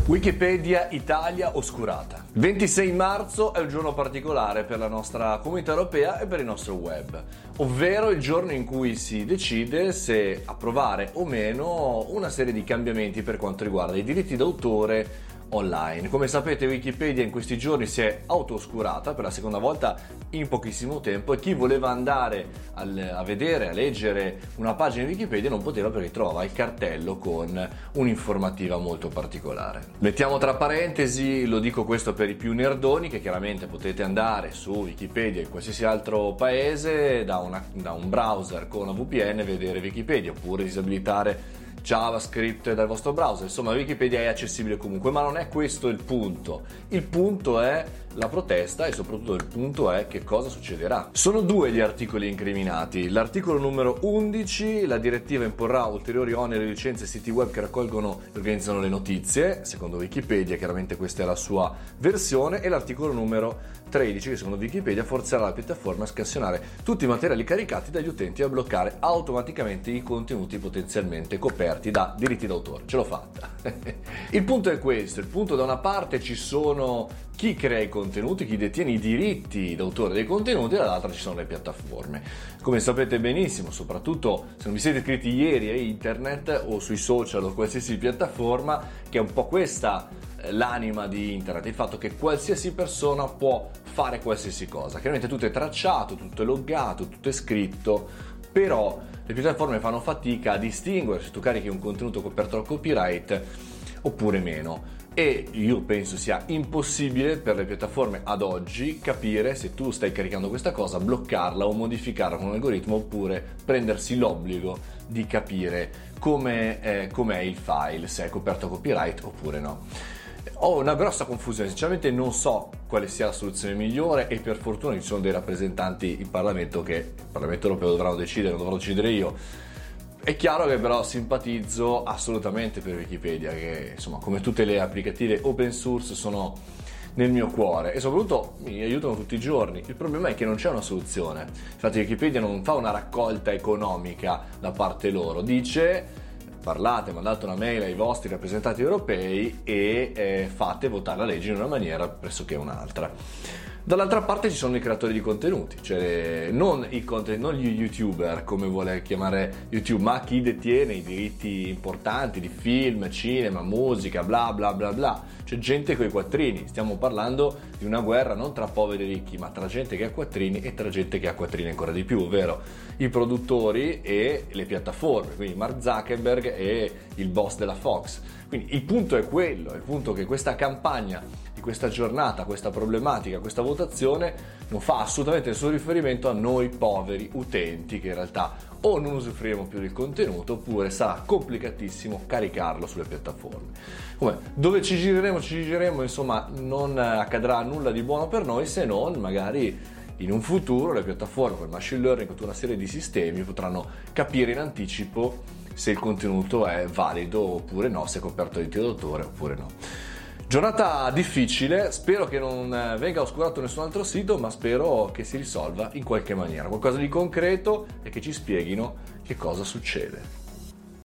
Wikipedia Italia oscurata. 26 marzo è un giorno particolare per la nostra comunità europea e per il nostro web, ovvero il giorno in cui si decide se approvare o meno una serie di cambiamenti per quanto riguarda i diritti d'autore online. Come sapete, Wikipedia in questi giorni si è auto-oscurata per la seconda volta in pochissimo tempo e chi voleva andare a vedere, a leggere una pagina di Wikipedia non poteva perché trovava il cartello con un'informativa molto particolare. Mettiamo tra parentesi, lo dico questo per i più nerdoni, che chiaramente potete andare su Wikipedia in qualsiasi altro paese da un browser con una VPN e vedere Wikipedia, oppure disabilitare JavaScript dal vostro browser. Insomma, Wikipedia è accessibile comunque, ma non è questo il punto. Il punto è la protesta e soprattutto il punto è che cosa succederà. Sono due gli articoli incriminati. L'articolo numero 11, la direttiva imporrà ulteriori oneri e licenze ai siti web che raccolgono e organizzano le notizie, secondo Wikipedia, chiaramente questa è la sua versione, e l'articolo numero 13, che secondo Wikipedia forzerà la piattaforma a scansionare tutti i materiali caricati dagli utenti e a bloccare automaticamente i contenuti potenzialmente coperti da diritti d'autore. Ce l'ho fatta. Il punto è questo, il punto: da una parte ci sono chi crea i contenuti, chi detiene i diritti d'autore dei contenuti, e dall'altra ci sono le piattaforme. Come sapete benissimo, soprattutto se non vi siete iscritti ieri a internet o sui social o qualsiasi piattaforma, che è un po' questa l'anima di internet, il fatto che qualsiasi persona può fare qualsiasi cosa. Chiaramente tutto è tracciato, tutto è loggato, tutto è scritto, però le piattaforme fanno fatica a distinguere se tu carichi un contenuto coperto dal copyright oppure meno. E io penso sia impossibile per le piattaforme ad oggi capire se tu stai caricando questa cosa, bloccarla o modificarla con un algoritmo, oppure prendersi l'obbligo di capire com'è il file, se è coperto a copyright oppure no. Ho una grossa confusione, sinceramente non so quale sia la soluzione migliore, e per fortuna ci sono dei rappresentanti in Parlamento che il Parlamento europeo dovranno decidere, non dovrò decidere io. È chiaro che però simpatizzo assolutamente per Wikipedia, che insomma, come tutte le applicative open source, sono nel mio cuore e soprattutto mi aiutano tutti i giorni. Il problema è che non c'è una soluzione. Infatti Wikipedia non fa una raccolta economica da parte loro, dice: parlate, mandate una mail ai vostri rappresentanti europei e fate votare la legge in una maniera pressoché un'altra. Dall'altra parte ci sono i creatori di contenuti, cioè non gli youtuber come vuole chiamare YouTube, ma chi detiene i diritti importanti di film, cinema, musica, bla bla bla bla. C'è gente coi quattrini. Stiamo parlando di una guerra non tra poveri e ricchi, ma tra gente che ha quattrini e tra gente che ha quattrini ancora di più, ovvero i produttori e le piattaforme, quindi Mark Zuckerberg e il boss della Fox. Quindi il punto è quello, il punto è che questa campagna di questa giornata, questa problematica, questa votazione non fa assolutamente nessun riferimento a noi poveri utenti, che in realtà o non usufruiremo più del contenuto, oppure sarà complicatissimo caricarlo sulle piattaforme. Come dove ci gireremo, insomma, non accadrà nulla di buono per noi, se non magari in un futuro le piattaforme con il machine learning, con tutta una serie di sistemi, potranno capire in anticipo se il contenuto è valido oppure no, se è coperto da diritto d'autore oppure no. Giornata difficile, spero che non venga oscurato nessun altro sito, ma spero che si risolva in qualche maniera, qualcosa di concreto, e che ci spieghino che cosa succede.